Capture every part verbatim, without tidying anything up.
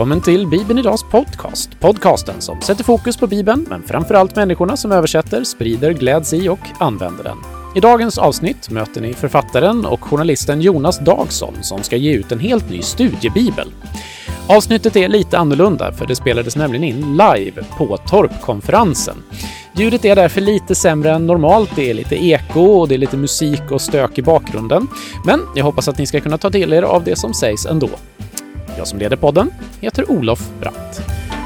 Välkommen till Bibeln Idags podcast. Podcasten som sätter fokus på Bibeln, men framförallt människorna som översätter, sprider, gläds i och använder den. I dagens avsnitt möter ni författaren och journalisten Jonas Dagsson som ska ge ut en helt ny studiebibel. Avsnittet är lite annorlunda för det spelades nämligen in live på Torpkonferensen. Ljudet är därför lite sämre än normalt, det är lite eko och det är lite musik och stök i bakgrunden. Men jag hoppas att ni ska kunna ta del er av det som sägs ändå. Jag som leder podden heter Olof Brandt.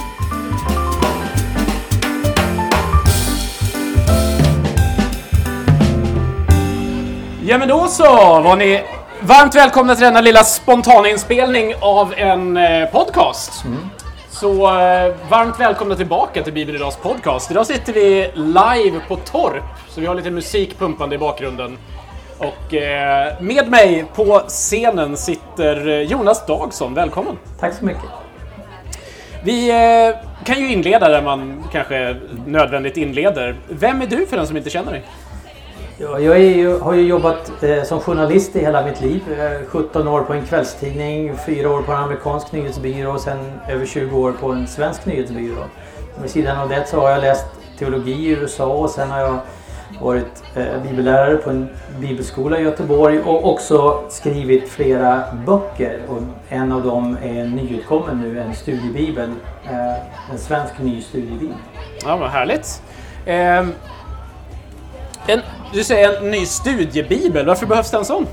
Ja men då så var ni varmt välkomna till denna lilla spontaninspelning av en eh, podcast. Mm. Så eh, varmt välkomna tillbaka till Bibeln Idags podcast. Idag sitter vi live på Torp, så vi har lite musik pumpande i bakgrunden. Och eh, med mig på scenen sitter Jonas Dagsson. Välkommen. Tack så mycket. Vi eh, kan ju inleda där man kanske nödvändigt inleder. Vem är du för den som inte känner dig? Ja, jag är ju, har ju jobbat eh, som journalist i hela mitt liv. Eh, sjutton år på en kvällstidning, fyra år på en amerikansk nyhetsbyrå och sen över tjugo år på en svensk nyhetsbyrå. Vid sidan av det så har jag läst teologi i U S A och sen har jag varit eh, bibellärare på en bibelskola i Göteborg och också skrivit flera böcker. Och en av dem är nyutkommen nu, en studiebibel, eh, en svensk ny studiebibel. Ja, vad härligt. Eh, en, du säger en ny studiebibel, varför behövs det en sån?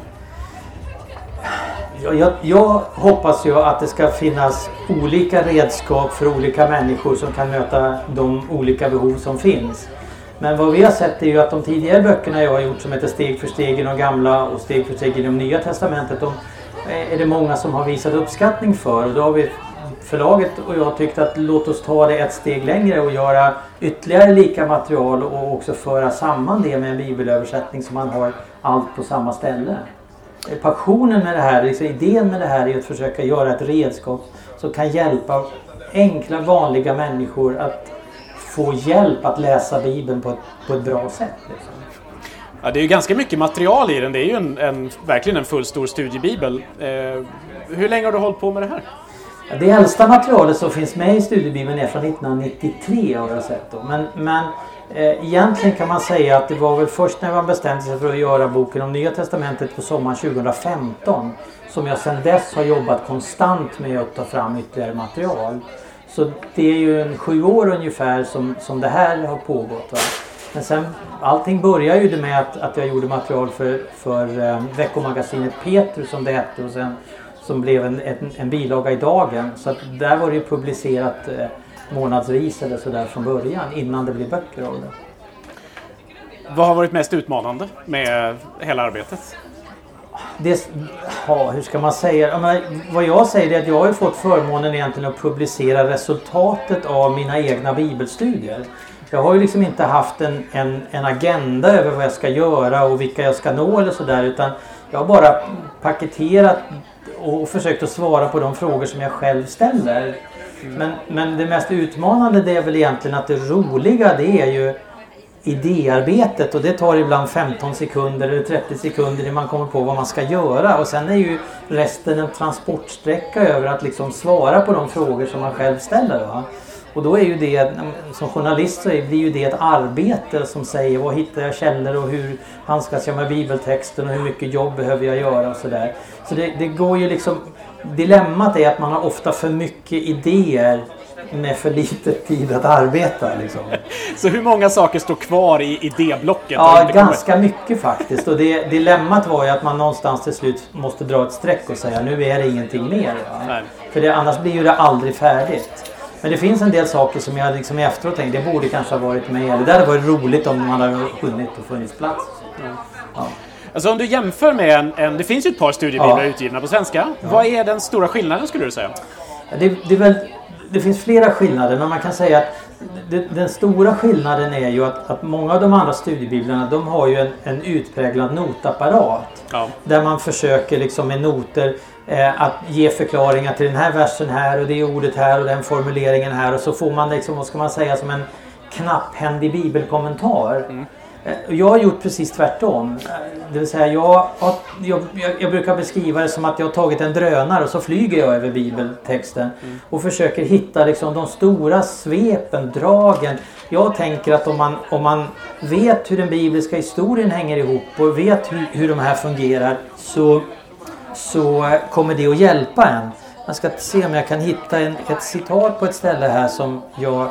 Jag, jag, jag hoppas ju att det ska finnas olika redskap för olika människor som kan möta de olika behov som finns. Men vad vi har sett är ju att de tidigare böckerna jag har gjort som heter Steg för steg i de gamla och Steg för steg i de nya testamentet, de är det många som har visat uppskattning för. Och då har vi förlaget och jag tyckt att låt oss ta det ett steg längre och göra ytterligare lika material och också föra samman det med en bibelöversättning så man har allt på samma ställe. Passionen med det här, liksom idén med det här är att försöka göra ett redskap som kan hjälpa enkla vanliga människor att få hjälp att läsa Bibeln på ett, på ett bra sätt. Liksom. Ja, det är ju ganska mycket material i den. Det är ju en, en, verkligen en full stor studiebibel. Eh, hur länge har du hållit på med det här? Ja, det äldsta materialet som finns med i studiebibeln är från nittonhundranittiotre har jag sett då. Men, men eh, egentligen kan man säga att det var väl först när man bestämde sig för att göra boken om Nya Testamentet på sommaren tjugohundrafemton som jag sedan dess har jobbat konstant med att ta fram ytterligare material. Så det är ju en sju år ungefär som, som det här har pågått. Va? Men sen, allting började ju med att, att jag gjorde material för, för eh, veckomagasinet Petrus som det hette och sen som blev en, en, en bilaga i Dagen. Så att där var det ju publicerat eh, månadsvis eller sådär från början innan det blev böcker av det. Vad har varit mest utmanande med hela arbetet? Det, ja, hur ska man säga? Men, vad jag säger är att jag har fått förmånen egentligen att publicera resultatet av mina egna bibelstudier. Jag har ju liksom inte haft en, en, en agenda över vad jag ska göra och vilka jag ska nå eller sådär, utan jag har bara paketerat och försökt att svara på de frågor som jag själv ställer. Men, men det mest utmanande det är väl egentligen att det roliga det är ju idéarbetet och det tar ibland femton sekunder eller trettio sekunder när man kommer på vad man ska göra och sen är ju resten en transportsträcka över att liksom svara på de frågor som man själv ställer. Va? Och då är ju det, som journalist så blir ju det ett arbete som säger vad hittar jag källor och hur handskas jag med bibeltexten och hur mycket jobb behöver jag göra och sådär. Så det, det går ju liksom, dilemmat är att man har ofta för mycket idéer med för lite tid att arbeta. Liksom. Så hur många saker står kvar i idéblocket? Ja, ganska mycket faktiskt. Och det, dilemmat var ju att man någonstans till slut måste dra ett streck och säga nu är det ingenting mer. För det, annars blir ju det aldrig färdigt. Men det finns en del saker som jag liksom efteråt tänkte det borde kanske ha varit med. Eller det hade varit roligt om man hade hunnit och funnits plats. Mm. Ja. Alltså om du jämför med en, en det finns ju ett par studiebiblar ja. utgivna på svenska. Ja. Vad är den stora skillnaden skulle du säga? Ja, det, det, är väl, det finns flera skillnader men man kan säga att det, den stora skillnaden är ju att, att många av de andra studiebiblarna de har ju en, en utpräglad notapparat. Ja. Där man försöker liksom med noter eh, att ge förklaringar till den här versen här och det ordet här och den formuleringen här och så får man liksom, vad ska man säga, som en knapphändig bibelkommentar. Mm. Jag har gjort precis tvärtom. Det vill säga jag, jag, jag brukar beskriva det som att jag har tagit en drönare och så flyger jag över bibeltexten mm. och försöker hitta liksom de stora svepen, dragen. Jag tänker att om man, om man vet hur den bibliska historien hänger ihop och vet hur, hur de här fungerar så, så kommer det att hjälpa en. Jag ska se om jag kan hitta en, ett citat på ett ställe här som jag...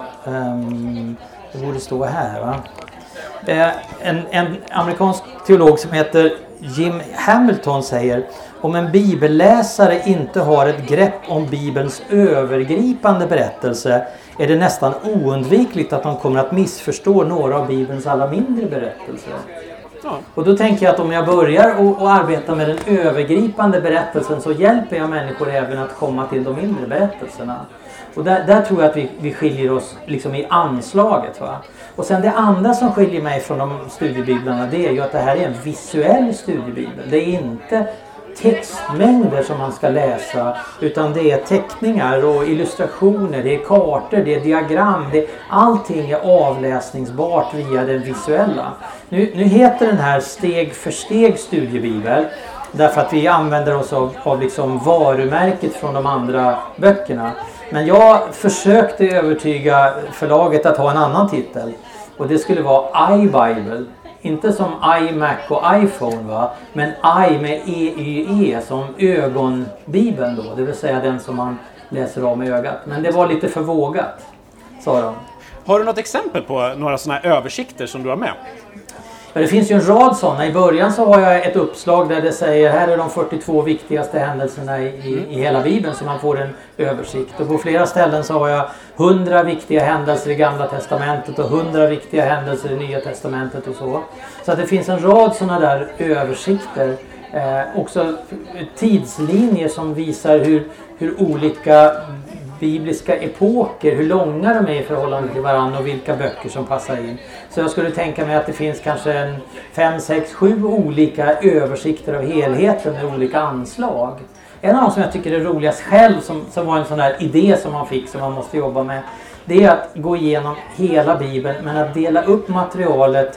Um, det borde stå här, va? Eh, en, en amerikansk teolog som heter Jim Hamilton säger: om en bibelläsare inte har ett grepp om Bibelns övergripande berättelse är det nästan oundvikligt att de kommer att missförstå några av Bibelns alla mindre berättelser. Ja. Och då tänker jag att om jag börjar och, och arbeta med den övergripande berättelsen så hjälper jag människor även att komma till de mindre berättelserna. Och där, där tror jag att vi, vi skiljer oss liksom i anslaget. Va? Och sen det andra som skiljer mig från de studiebiblarna, det är ju att det här är en visuell studiebibel. Det är inte textmängder som man ska läsa, utan det är teckningar och illustrationer, det är kartor, det är diagram, det är, allting är avläsningsbart via det visuella. Nu, nu heter den här steg för steg studiebibel därför att vi använder oss av, av liksom varumärket från de andra böckerna. Men jag försökte övertyga förlaget att ha en annan titel. Och det skulle vara iBible. Inte som iMac och iPhone, va? Men I med E Y E som ögonbibeln då. Det vill säga den som man läser av med ögat. Men det var lite för vågat, sa de. Har du något exempel på några sådana här översikter som du har med? Ja, det finns ju en rad sådana. I början så har jag ett uppslag där det säger här är de fyrtiotvå viktigaste händelserna i, i, i hela Bibeln, så man får en översikt. Och på flera ställen så har jag hundra viktiga händelser i Gamla testamentet och hundra viktiga händelser i Nya testamentet och så. Så att det finns en rad sådana där översikter. Eh, också tidslinjer som visar hur, hur olika bibliska epoker, hur långa de är i förhållande till varandra och vilka böcker som passar in. Så jag skulle tänka mig att det finns kanske en fem, sex, sju olika översikter av helheten med olika anslag. En av de som jag tycker är roligast själv, som, som var en sån där idé som man fick som man måste jobba med, det är att gå igenom hela Bibeln men att dela upp materialet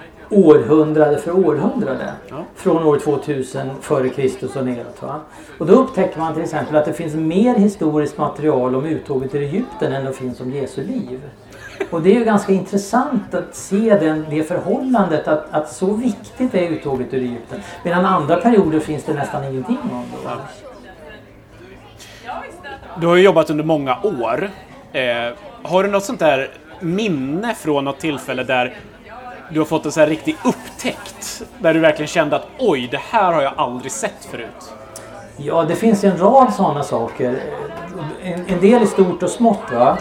århundrade för århundrade. Ja. Från år tvåtusen före Kristus och neråt. Va? Och då upptäcker man till exempel att det finns mer historiskt material om uttåget till Egypten än det finns om Jesu liv. Och det är ju ganska intressant att se den, det förhållandet att, att så viktigt är uttåget till Egypten. Medan andra perioder finns det nästan ingenting om då. Ja. Du har ju jobbat under många år. Eh, har du något sånt där minne från något tillfälle där du har fått en så här riktig upptäckt där du verkligen kände att oj, det här har jag aldrig sett förut? Ja, det finns en rad sådana saker. En, en del är stort och smått, va?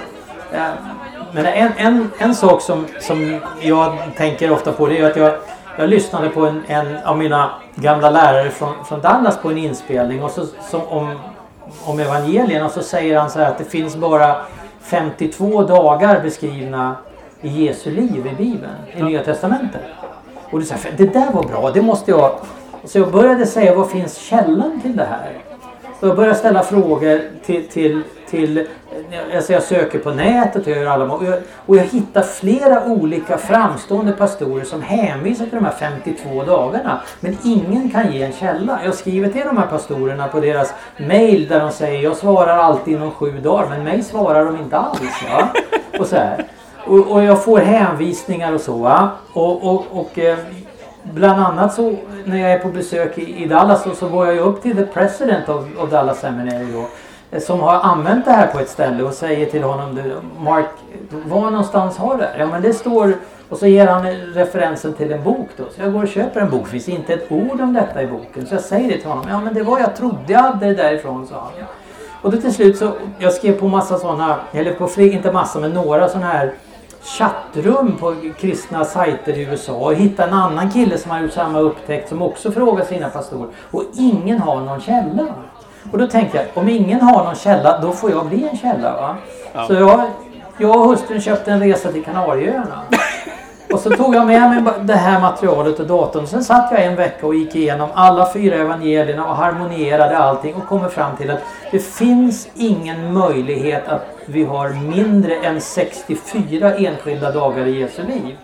Men en, en, en sak som, som jag tänker ofta på, det är att jag, jag lyssnade på en, en av mina gamla lärare från, från Dallas på en inspelning och så, som, om, om evangelien, och så säger han så här att det finns bara femtiotvå dagar beskrivna i Jesu liv i Bibeln, i Nya testamentet. Och det, så här, det där var bra, det måste jag... Så jag började säga, vad finns källan till det här? Så jag började ställa frågor till... till, till alltså jag söker på nätet och jag gör alla... Och jag, och jag hittar flera olika framstående pastorer som hänvisar till de här femtiotvå dagarna. Men ingen kan ge en källa. Jag skriver till de här pastorerna på deras mail där de säger, jag svarar alltid inom sju dagar, men mig svarar de inte alls. Va? Och så här... Och, och jag får hänvisningar och så. Va? Och, och, och eh, bland annat så när jag är på besök i, i Dallas så, så går jag upp till the president of, of Dallas Seminary då, eh, som har använt det här på ett ställe och säger till honom, du, Mark, var någonstans har det? Ja, men det står, och så ger han referensen till en bok då. Så jag går och köper en bok, det finns inte ett ord om detta i boken. Så jag säger det till honom, ja men det var jag trodde jag hade det därifrån, sa han. Och då till slut så, jag skrev på massa sådana, eller på fler, inte massa men några sådana här chattrum på kristna sajter i U S A och hitta en annan kille som har gjort samma upptäckt som också frågar sina pastorer, och ingen har någon källa. Och då tänkte jag, om ingen har någon källa, då får jag bli en källa, va? Ja. Så jag, jag och hustrun köpte en resa till Kanarieöarna. Och så tog jag med mig det här materialet och datorn. Sen satt jag en vecka och gick igenom alla fyra evangelierna och harmonierade allting och kom fram till att det finns ingen möjlighet att vi har mindre än sextiofyra enskilda dagar i Jesu liv.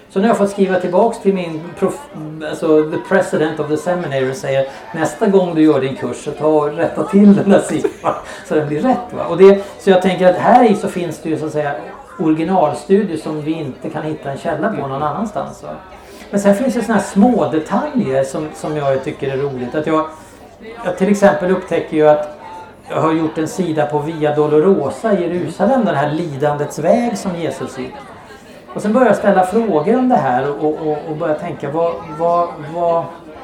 Så nu har jag fått skriva tillbaks till min prof, alltså the president of the seminary och säger nästa gång du gör din kurs så ta och rätta till den där siffran så den blir rätt. Va? Och det, så jag tänker att här i så finns det ju så att säga originalstudier som vi inte kan hitta en källa på någon annanstans. Va? Men sen finns det såna här små detaljer som, som jag tycker är roligt. Att jag, jag till exempel upptäcker ju att jag har gjort en sida på Via Dolorosa i Jerusalem, den här lidandets väg som Jesus gick. Och sen börjar jag ställa frågor om det här och, och, och börja tänka vad, vad, vad,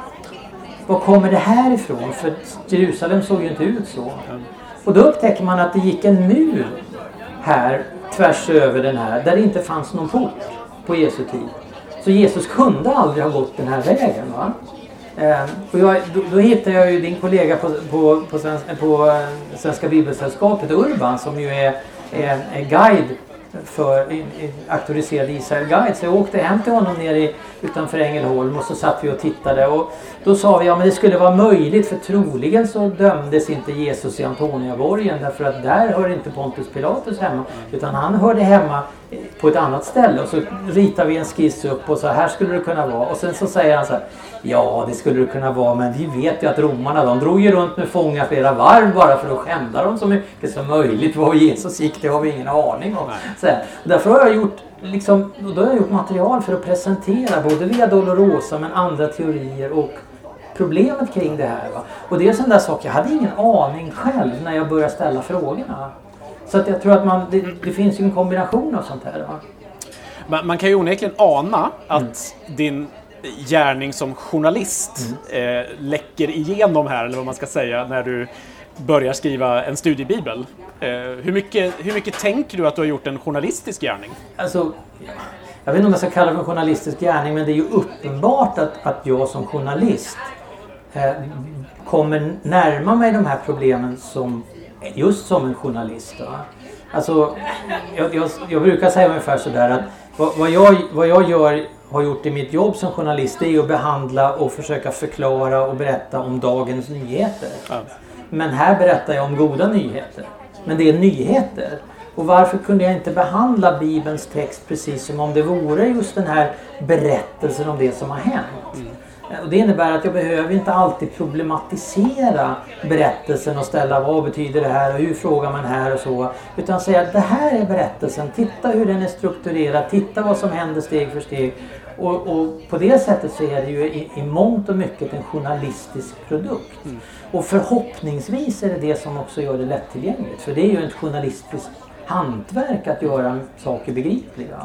vad kommer det här ifrån? För Jerusalem såg ju inte ut så. Och då upptäcker man att det gick en mur här tvärs över den här där det inte fanns någon port på Jesu tid. Så Jesus kunde aldrig ha gått den här vägen, va? Eh, och jag, då, då hittar jag ju din kollega på, på, på, svenska, på Svenska Bibelsällskapet, Urban, som ju är, är, är guide för en auktoriserad Israel-guide. Så jag åkte hem till honom nere utanför Ängelholm och så satt vi och tittade. Och då sa vi, ja men det skulle vara möjligt för troligen så dömdes inte Jesus i Antoniaborgen därför att där hör inte Pontus Pilatus hemma. Utan han hörde hemma på ett annat ställe. Och så ritar vi en skiss upp och så här skulle det kunna vara. Och sen så säger han så här, ja det skulle det kunna vara men vi vet ju att romarna de drog ju runt med fångar flera varv bara för att skända dem så mycket som möjligt. Vad Jesus gick det har vi ingen aning om. Så här. Och därför har jag gjort liksom, då har jag gjort material för att presentera både Via Dolorosa men andra teorier och problemet kring det här. Va? Och det är sån där sak, jag hade ingen aning själv när jag började ställa frågorna. Så att jag tror att man, det, det finns ju en kombination av sånt här. Va? Man, man kan ju onekligen ana att mm. din gärning som journalist mm. eh, läcker igenom här, eller vad man ska säga, när du börjar skriva en studiebibel. Eh, hur, mycket, hur mycket tänker du att du har gjort en journalistisk gärning? Alltså, jag vet inte om jag ska kalla det för en journalistisk gärning, men det är ju uppenbart att, att jag som journalist eh, kommer närma mig de här problemen som, just som en journalist. Va? Alltså, jag, jag, jag brukar säga ungefär sådär att vad, vad, jag, vad jag gör, har gjort i mitt jobb som journalist är att behandla och försöka förklara och berätta om dagens nyheter. Ja. Men här berättar jag om goda nyheter. Men det är nyheter. Och varför kunde jag inte behandla Bibelns text precis som om det vore just den här berättelsen om det som har hänt? Mm. Och det innebär att jag behöver inte alltid problematisera berättelsen och ställa vad betyder det här och hur frågar man här och så. Utan säga att det här är berättelsen, titta hur den är strukturerad, titta vad som händer steg för steg. Och, och på det sättet så är det ju i, i mångt och mycket en journalistisk produkt. Mm. Och förhoppningsvis är det det som också gör det lättillgängligt. För det är ju ett journalistiskt hantverk att göra saker begripliga.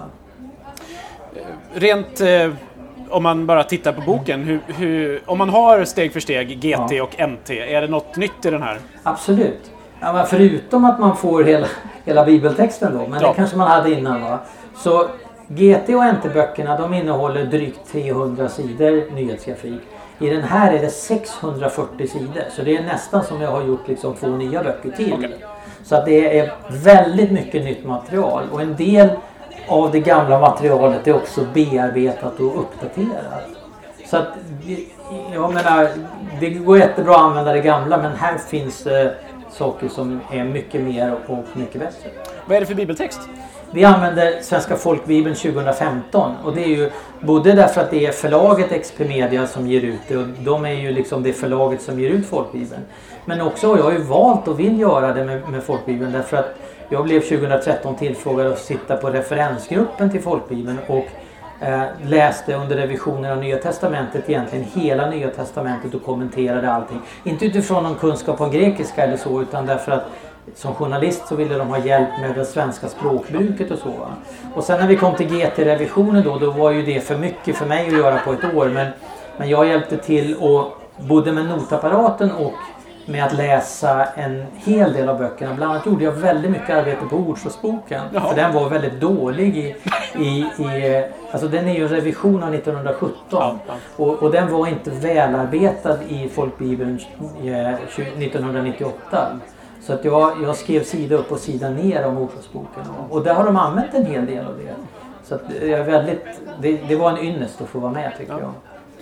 Rent... Eh... Om man bara tittar på boken, hur, hur, om man har steg för steg G T ja. och N T, är det något nytt i den här? Absolut. Ja, men förutom att man får hela, hela bibeltexten då, men ja. det kanske man hade innan. Va? Så G T och N T-böckerna de innehåller drygt trehundra sidor nyhetsgrafik. I den här är det sexhundrafyrtio sidor, så det är nästan som jag har gjort liksom två nya böcker till. Okay. Så att det är väldigt mycket nytt material och en del av det gamla materialet är också bearbetat och uppdaterat. Så att, jag menar, det går jättebra att använda det gamla, men här finns det saker som är mycket mer och mycket bättre. Vad är det för bibeltext? Vi använder Svenska folkbibeln tjugohundrafemton och det är ju både därför att det är förlaget X P Media som ger ut det och de är ju liksom det förlaget som ger ut folkbibeln. Men också har jag ju valt och vill göra det med, med folkbibeln därför att jag blev tjugohundratretton tillfrågad att sitta på referensgruppen till folkbibeln och eh, läste under revisionen av Nya Testamentet egentligen hela Nya Testamentet och kommenterade allting. Inte utifrån någon kunskap om grekiska eller så utan därför att som journalist så ville de ha hjälp med det svenska språkbruket och så. Va? Och sen när vi kom till G T-revisionen då, då var ju det för mycket för mig att göra på ett år. Men, men jag hjälpte till och både med notapparaten och med att läsa en hel del av böckerna. Bland annat gjorde jag väldigt mycket arbete på Ordspråksboken. Jaha. För den var väldigt dålig i, i, i alltså den är ju en revision av nittonhundrasjutton. Ja, ja. Och, och den var inte välarbetad i folkbibeln nittonhundranittioåtta. Så att jag, jag skrev sida upp och sida ner om Ordspråksboken. Och, och där har de använt en hel del av det. Så att jag är väldigt, det, det var en ynnest att få vara med tycker ja. jag.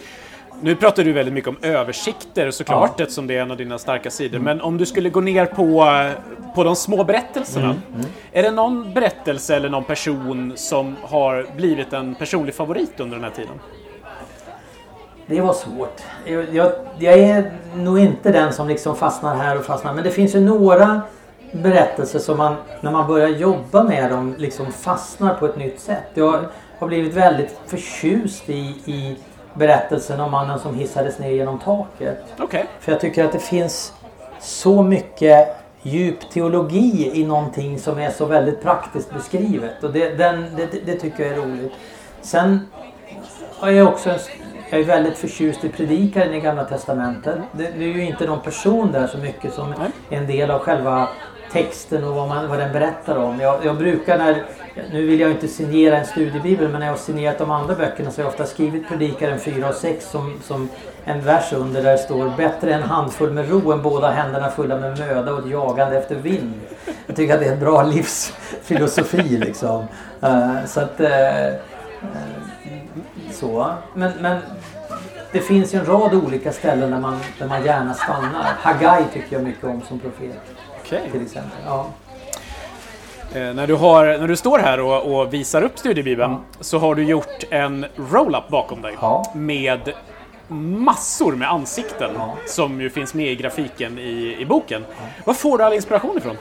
Nu pratar du väldigt mycket om översikter såklart, Ja. eftersom det är en av dina starka sidor. Mm. Men om du skulle gå ner på, på de små berättelserna. Mm. Mm. Är det någon berättelse eller någon person som har blivit en personlig favorit under den här tiden? Det var svårt. Jag, jag, jag är nog inte den som liksom fastnar här och fastnar. Men det finns ju några berättelser som man, när man börjar jobba med dem, liksom fastnar på ett nytt sätt. Jag har blivit väldigt förtjust i, i berättelsen om mannen som hissades ner genom taket. Okay. För jag tycker att det finns så mycket djup teologi i någonting som är så väldigt praktiskt beskrivet. Och det, den, det, det tycker jag är roligt. Sen har jag också en, jag är väldigt förtjust i predikaren i Gamla testamentet. Det, det är ju inte någon person där så mycket som är en del av själva texten och vad, man, vad den berättar om. Jag, jag brukar när, nu vill jag inte signera en studiebibel, men när jag har signerat de andra böckerna så har jag ofta skrivit predikaren fyra och sex som, som en vers under där det står: bättre en handfull med ro än båda händerna fulla med möda och ett jagande efter vind. Jag tycker att det är en bra livsfilosofi liksom. Uh, så att uh, uh, så. Men, men det finns ju en rad olika ställen där man, där man gärna stannar. Haggai tycker jag mycket om som profet. Okay. Till exempel. Ja. Eh, när, du har, när du står här och, och visar upp studiebibeln, ja, så har du gjort en roll-up bakom dig, ja, med massor med ansikten, ja, som ju finns med i grafiken i, i boken. Ja. Vad får du all inspiration ifrån?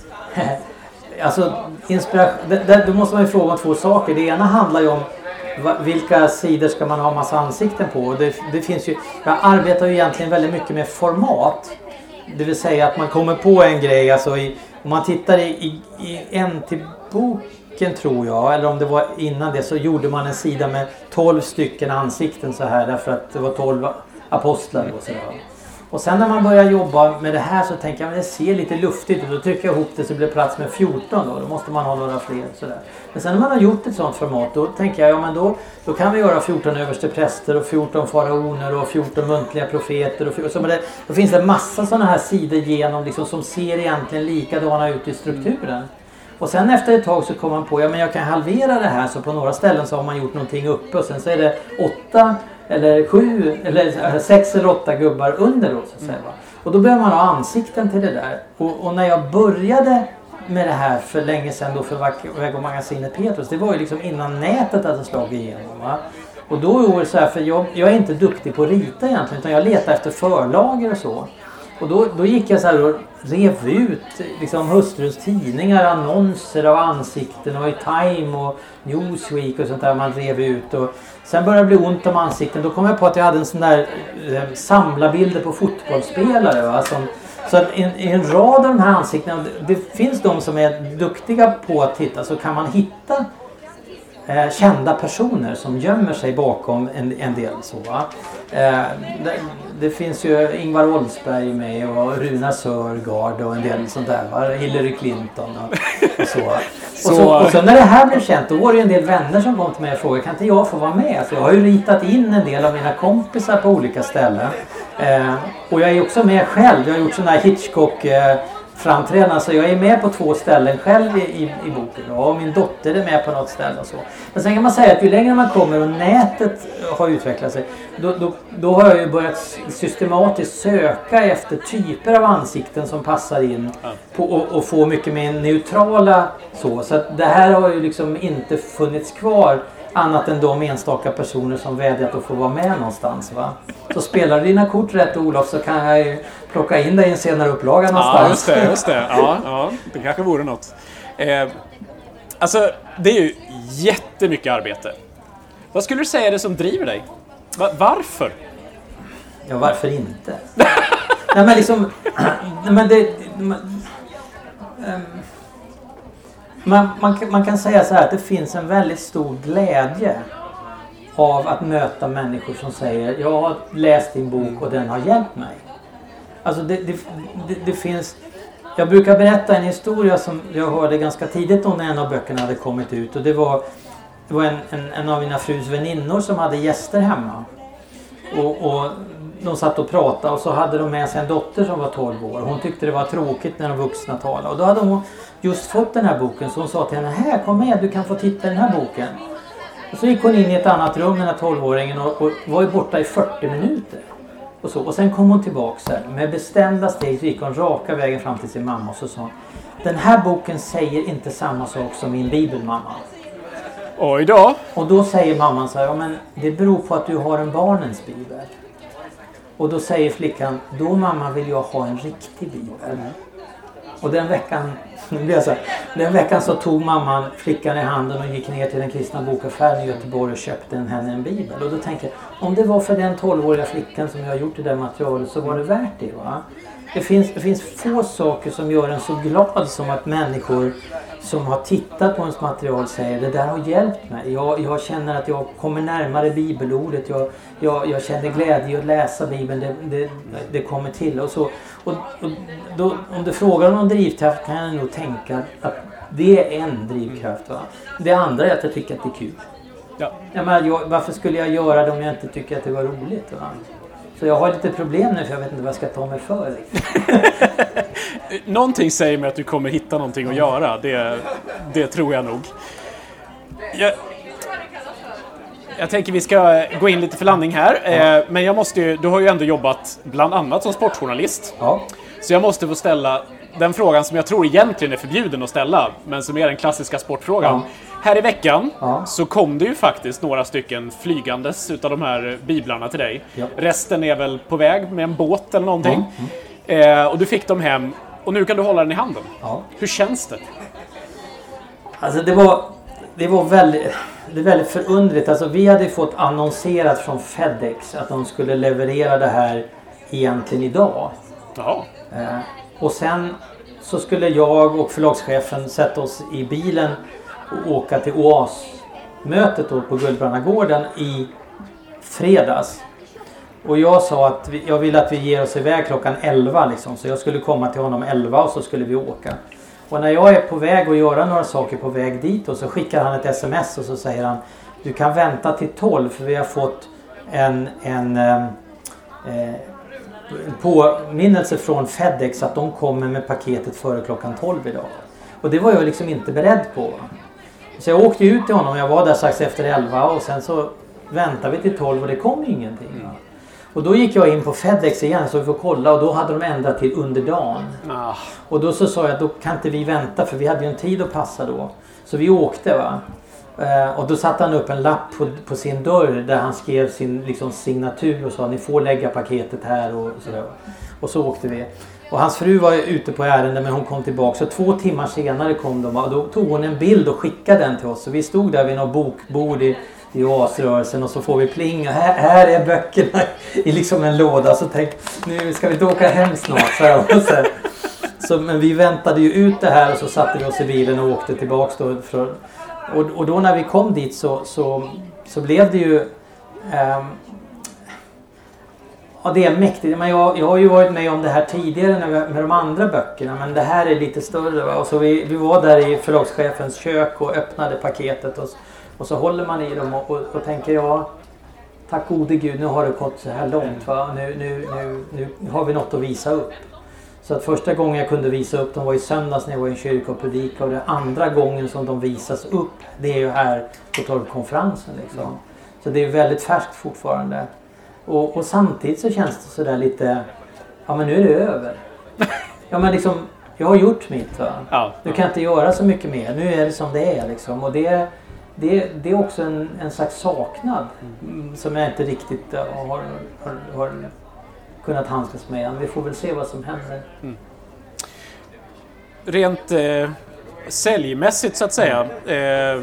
Alltså, inspiration, det, det, då måste man ju fråga om två saker. Det ena handlar ju om va, vilka sidor ska man ha massa ansikten på. Det, det finns ju, jag arbetar ju egentligen väldigt mycket med format. Det vill säga att man kommer på en grej, alltså i, om man tittar i, i, i en till boken tror jag, eller om det var innan det, så gjorde man en sida med tolv stycken ansikten så här, därför att det var tolv apostlar och sådär. Och sen när man börjar jobba med det här så tänker jag att det ser lite luftigt och då trycker jag ihop det så blir det plats med fjorton då, då måste man ha några fler sådär. Men sen när man har gjort ett sånt format då tänker jag, ja men då, då kan vi göra fjorton överste präster och fjorton faraoner och fjorton muntliga profeter och, och så, men det, då finns det massa sådana här sidor genom liksom, som ser egentligen likadana ut i strukturen. Och sen efter ett tag så kommer man på, ja men jag kan halvera det här, så på några ställen så har man gjort någonting uppe och sen så är det åtta eller sju eller sex eller åtta gubbar under då, så att säga. Mm. Och då behöver man ha ansikten till det där. Och, och när jag började med det här för länge sedan då för Väg och magasinet Petrus, det var ju liksom innan nätet hade slagit igenom, va? Och då var det så här, för jag, jag är inte duktig på att rita egentligen, utan jag letar efter förlager och så. Och då, då gick jag så här och rev ut liksom hustruns tidningar, annonser av ansikten, och i Time och Newsweek och sånt där man rev ut. Och sen började det bli ont om ansikten. Då kom jag på att jag hade en sån där eh, samlarbilder på fotbollsspelare, va? Som, så att i, i en rad av de här ansiktena, det, det finns de som är duktiga på att titta, så kan man hitta Eh, kända personer som gömmer sig bakom en, en del så, va? Eh, det, det finns ju Ingvar Oldsberg med och Runar Sörgard och en del sånt där, va? Hillary Clinton och, och så. så. Och, så, och så när det här blev känt, då var det en del vänner som kom till mig och frågade, kan inte jag få vara med? Så jag har ju ritat in en del av mina kompisar på olika ställen. Eh, och jag är också med själv, jag har gjort sådana här Hitchcock eh, framträdande, så jag är med på två ställen själv i, i, i boken, och min dotter är med på något ställe och så. Men sen kan man säga att ju längre man kommer och nätet har utvecklat sig, då, då, då har jag ju börjat systematiskt söka efter typer av ansikten som passar in på, och, och få mycket mer neutrala så. Så att det här har ju liksom inte funnits kvar annat än de enstaka personer som vädjat att få vara med någonstans, va? Så spelar dina kort rätt, Olof, så kan jag ju plocka in dig i en senare upplaga någonstans. Ja, just det, just det. Ja, ja, det kanske vore något. Eh, alltså, det är ju jättemycket arbete. Vad skulle du säga är det som driver dig? Va- varför? Ja, varför inte? Nej, men liksom... Nej, men det... Man, um, man, man, man kan säga så här att det finns en väldigt stor glädje av att möta människor som säger, jag har läst din bok och den har hjälpt mig. Alltså det, det, det, det finns... Jag brukar berätta en historia som jag hörde ganska tidigt då när en av böckerna hade kommit ut. Och det var, det var en, en, en av mina frus väninnor som hade gäster hemma. Och, och de satt och pratade, och så hade de med sig en dotter som var tolv år. Hon tyckte det var tråkigt när de vuxna talade. Och då hade hon just fått den här boken, så hon sa till henne, här kom med, du kan få titta i den här boken. Och så gick hon in i ett annat rum, den här tolvåringen, och, och var ju borta i fyrtio minuter. Och, så. Och sen kom hon tillbaka så här. Med bestämda steg så gick hon raka vägen fram till sin mamma och så sa hon: den här boken säger inte samma sak som min bibel, mamma. Oj då. Och då säger mamman så här: ja, men det beror på att du har en barnens bibel. Och då säger flickan: då mamma vill jag ha en riktig bibel. Och den veckan, så här, den veckan så tog mamman flickan i handen och gick ner till den kristna bokaffären i Göteborg och köpte en, henne en bibel. Och då tänkte jag, om det var för den tolvåriga flickan som jag har gjort det där materialet, så var det värt det, va? Det finns, det finns få saker som gör en så glad som att människor som har tittat på ens material säger: det där har hjälpt mig. Jag, jag känner att jag kommer närmare bibelordet. Jag, jag, jag känner glädje att läsa bibeln. Det, det, det kommer till. Och så, och, och då, om du frågar om någon drivkraft kan jag nog tänka att det är en drivkraft. Va? Det andra är att jag tycker att det är kul. Ja. Jag menar, jag, varför skulle jag göra det om jag inte tycker att det var roligt? Va? Så jag har lite problem nu, för jag vet inte vad jag ska ta mig för. Någonting säger mig att du kommer hitta någonting att göra. Det, det tror jag nog. Jag, jag tänker vi ska gå in lite för landning här. Ja. Men jag måste ju, du har ju ändå jobbat bland annat som sportjournalist. Ja. Så jag måste få ställa den frågan som jag tror egentligen är förbjuden att ställa, men som är den klassiska sportfrågan. Ja. Här i veckan ja. så kom det ju faktiskt några stycken flygandes utav de här biblarna till dig. Ja. Resten är väl på väg med en båt eller någonting. Mm. Mm. Eh, och du fick dem hem och nu kan du hålla den i handen. Ja. Hur känns det? Alltså det var, det var väldigt, det är väldigt förundligt. Alltså vi hade fått annonserat från FedEx att de skulle leverera det här egentligen idag. Jaha. Eh, och sen så skulle jag och förlagschefen sätta oss i bilen och åka till O A S-mötet då på Guldbrannagården i fredags. Och jag sa att vi, jag vill att vi ger oss iväg klockan elva liksom. Så jag skulle komma till honom elva och så skulle vi åka. Och när jag är på väg att göra några saker på väg dit och så skickar han ett sms och så säger han: du kan vänta till tolv för vi har fått en, en eh, en påminnelse från FedEx att de kommer med paketet före klockan tolv idag. Och det var jag liksom inte beredd på. Så jag åkte ut till honom, jag var där strax efter elva och sen så väntade vi till tolv och det kom ingenting. Mm. Och då gick jag in på FedEx igen så vi får kolla och då hade de ändrat till under dagen. Ah. Och då så sa jag att då kan inte vi vänta för vi hade ju en tid att passa då. Så vi åkte, va. Uh, och då satte han upp en lapp på, på sin dörr där han skrev sin liksom, signatur och sa: ni får lägga paketet här och sådär. Och så åkte vi. Och hans fru var ute på ärende men hon kom tillbaka. Så två timmar senare kom de och då tog hon en bild och skickade den till oss. Så vi stod där vid något bokbord i, i O A S-rörelsen och så får vi pling. Och här, här är böckerna i liksom en låda. Så tänk, nu ska vi inte åka hem snart. Så här, och så här. Så, men vi väntade ju ut det här och så satte vi oss i bilen och åkte tillbaka då från... Och, och då när vi kom dit så, så, så blev det ju... Um, ja, det är mäktigt. Men jag, jag har ju varit med om det här tidigare när vi, med de andra böckerna. Men det här är lite större. Va? Och så vi, vi var där i förlagschefens kök och öppnade paketet. Och, och så håller man i dem och, och, och tänker: ja, tack gode Gud, nu har det gått så här långt. Va? Nu, nu, nu, nu har vi något att visa upp. Så att första gången jag kunde visa upp dem var i söndags när jag var i en kyrka och predika. Och det andra gången som de visas upp, det är ju här på torvkonferensen liksom. Mm. Så det är väldigt färskt fortfarande. Och, och samtidigt så känns det sådär lite, ja men nu är det över. Ja men liksom, jag har gjort mitt, va. Ja, du kan ja. inte göra så mycket mer, nu är det som det är liksom. Och det, det, det är också en, en slags saknad mm. som jag inte riktigt har, har, har kunnat handskas med. Vi får väl se vad som händer. Mm. Rent eh, säljmässigt så att säga. Eh,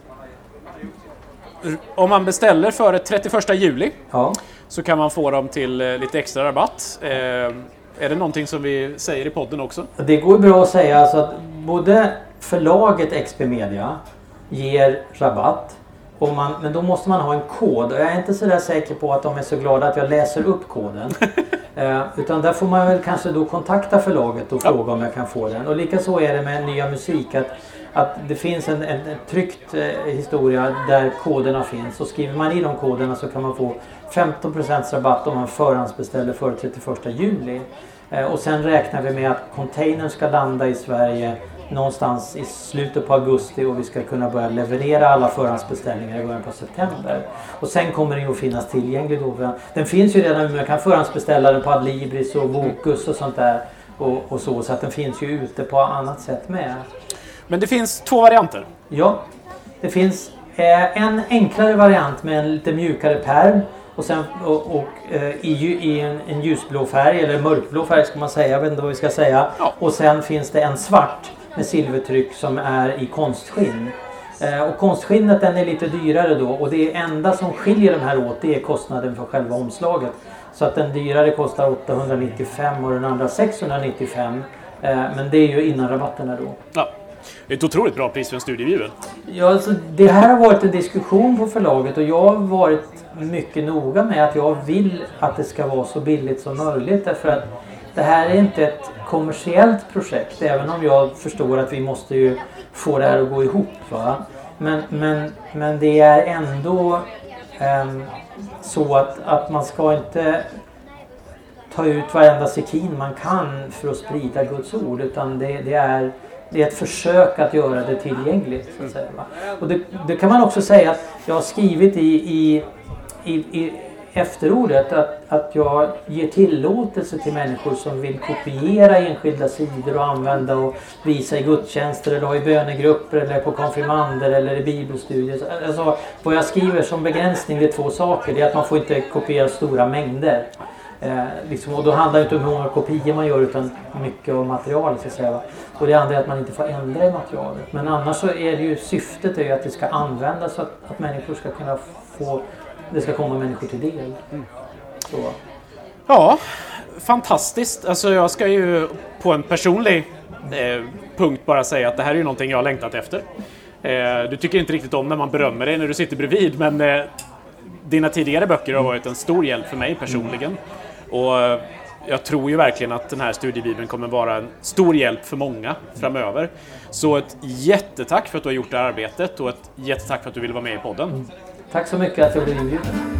om man beställer före trettioförsta juli ja. så kan man få dem till eh, lite extra rabatt. Eh, är det någonting som vi säger i podden också? Det går bra att säga alltså att både förlaget X P Media ger rabatt. Och man, men då måste man ha en kod. Och jag är inte så där säker på att de är så glada att jag läser upp koden. eh, utan där får man väl kanske då kontakta förlaget och fråga ja. om jag kan få den. Och likaså är det med Nya Musik att, att det finns en, en, en tryckt eh, historia där koderna finns. Och skriver man i de koderna så kan man få femton procent rabatt om man förhandsbeställer före trettioförsta juli. Eh, och sen räknar vi med att containern ska landa i Sverige någonstans i slutet på augusti och vi ska kunna börja leverera alla förhandsbeställningar i början på september. Och sen kommer den ju att finnas tillgänglig då. Den finns ju redan, man kan förhandsbeställa den på Adlibris och Bokus och sånt där och, och så, så att den finns ju ute på annat sätt med. Men det finns två varianter. Ja, det finns eh, en enklare variant med en lite mjukare pärm och sen och, och eh, i, i en, en ljusblå färg eller mörkblå färg ska man säga, jag vet inte vad vi ska säga. Ja. Och sen finns det en svart med silvertryck som är i konstskinn. Eh, och konstskinnet den är lite dyrare då och det enda som skiljer de här åt det är kostnaden för själva omslaget. Så att den dyrare kostar åttahundranittiofem och den andra sexhundranittiofem. Eh, men det är ju innan rabatterna då. Ja. Det är ett otroligt bra pris för en studiebibel. Ja, alltså, det här har varit en diskussion på förlaget och jag har varit mycket noga med att jag vill att det ska vara så billigt som möjligt. Därför att det här är inte ett kommersiellt projekt, även om jag förstår att vi måste ju få det här att gå ihop. Va? Men, men, men det är ändå um, så att, att man ska inte ta ut varenda sekin man kan för att sprida Guds ord, utan det, det är Det är ett försök att göra det tillgängligt. Så att säga, va? Och det, det kan man också säga att jag har skrivit i, i, i, i efterordet att, att jag ger tillåtelse till människor som vill kopiera enskilda sidor och använda och visa i gudstjänster eller i bönegrupper eller på konfirmander eller i bibelstudier. Alltså, vad jag skriver som begränsning är två saker. Det är att man får inte kopiera stora mängder. Eh, liksom, och då handlar det inte om hur många kopior man gör utan mycket av materialet så att säga. Och det andra är att man inte får ändra i materialet. Men annars så är det ju syftet är ju att det ska användas så att, att människor ska kunna få, det ska komma människor till del. Mm. Så. Ja, fantastiskt. Alltså jag ska ju på en personlig eh, punkt bara säga att det här är ju någonting jag har längtat efter. Eh, du tycker inte riktigt om när man berömmer dig när du sitter bredvid, men eh, dina tidigare böcker har varit en stor hjälp för mig personligen. Och jag tror ju verkligen att den här studiebibeln kommer vara en stor hjälp för många framöver. Så ett jättetack för att du har gjort det här arbetet och ett jättetack för att du ville vara med i podden. Tack så mycket att jag blev inbjuden.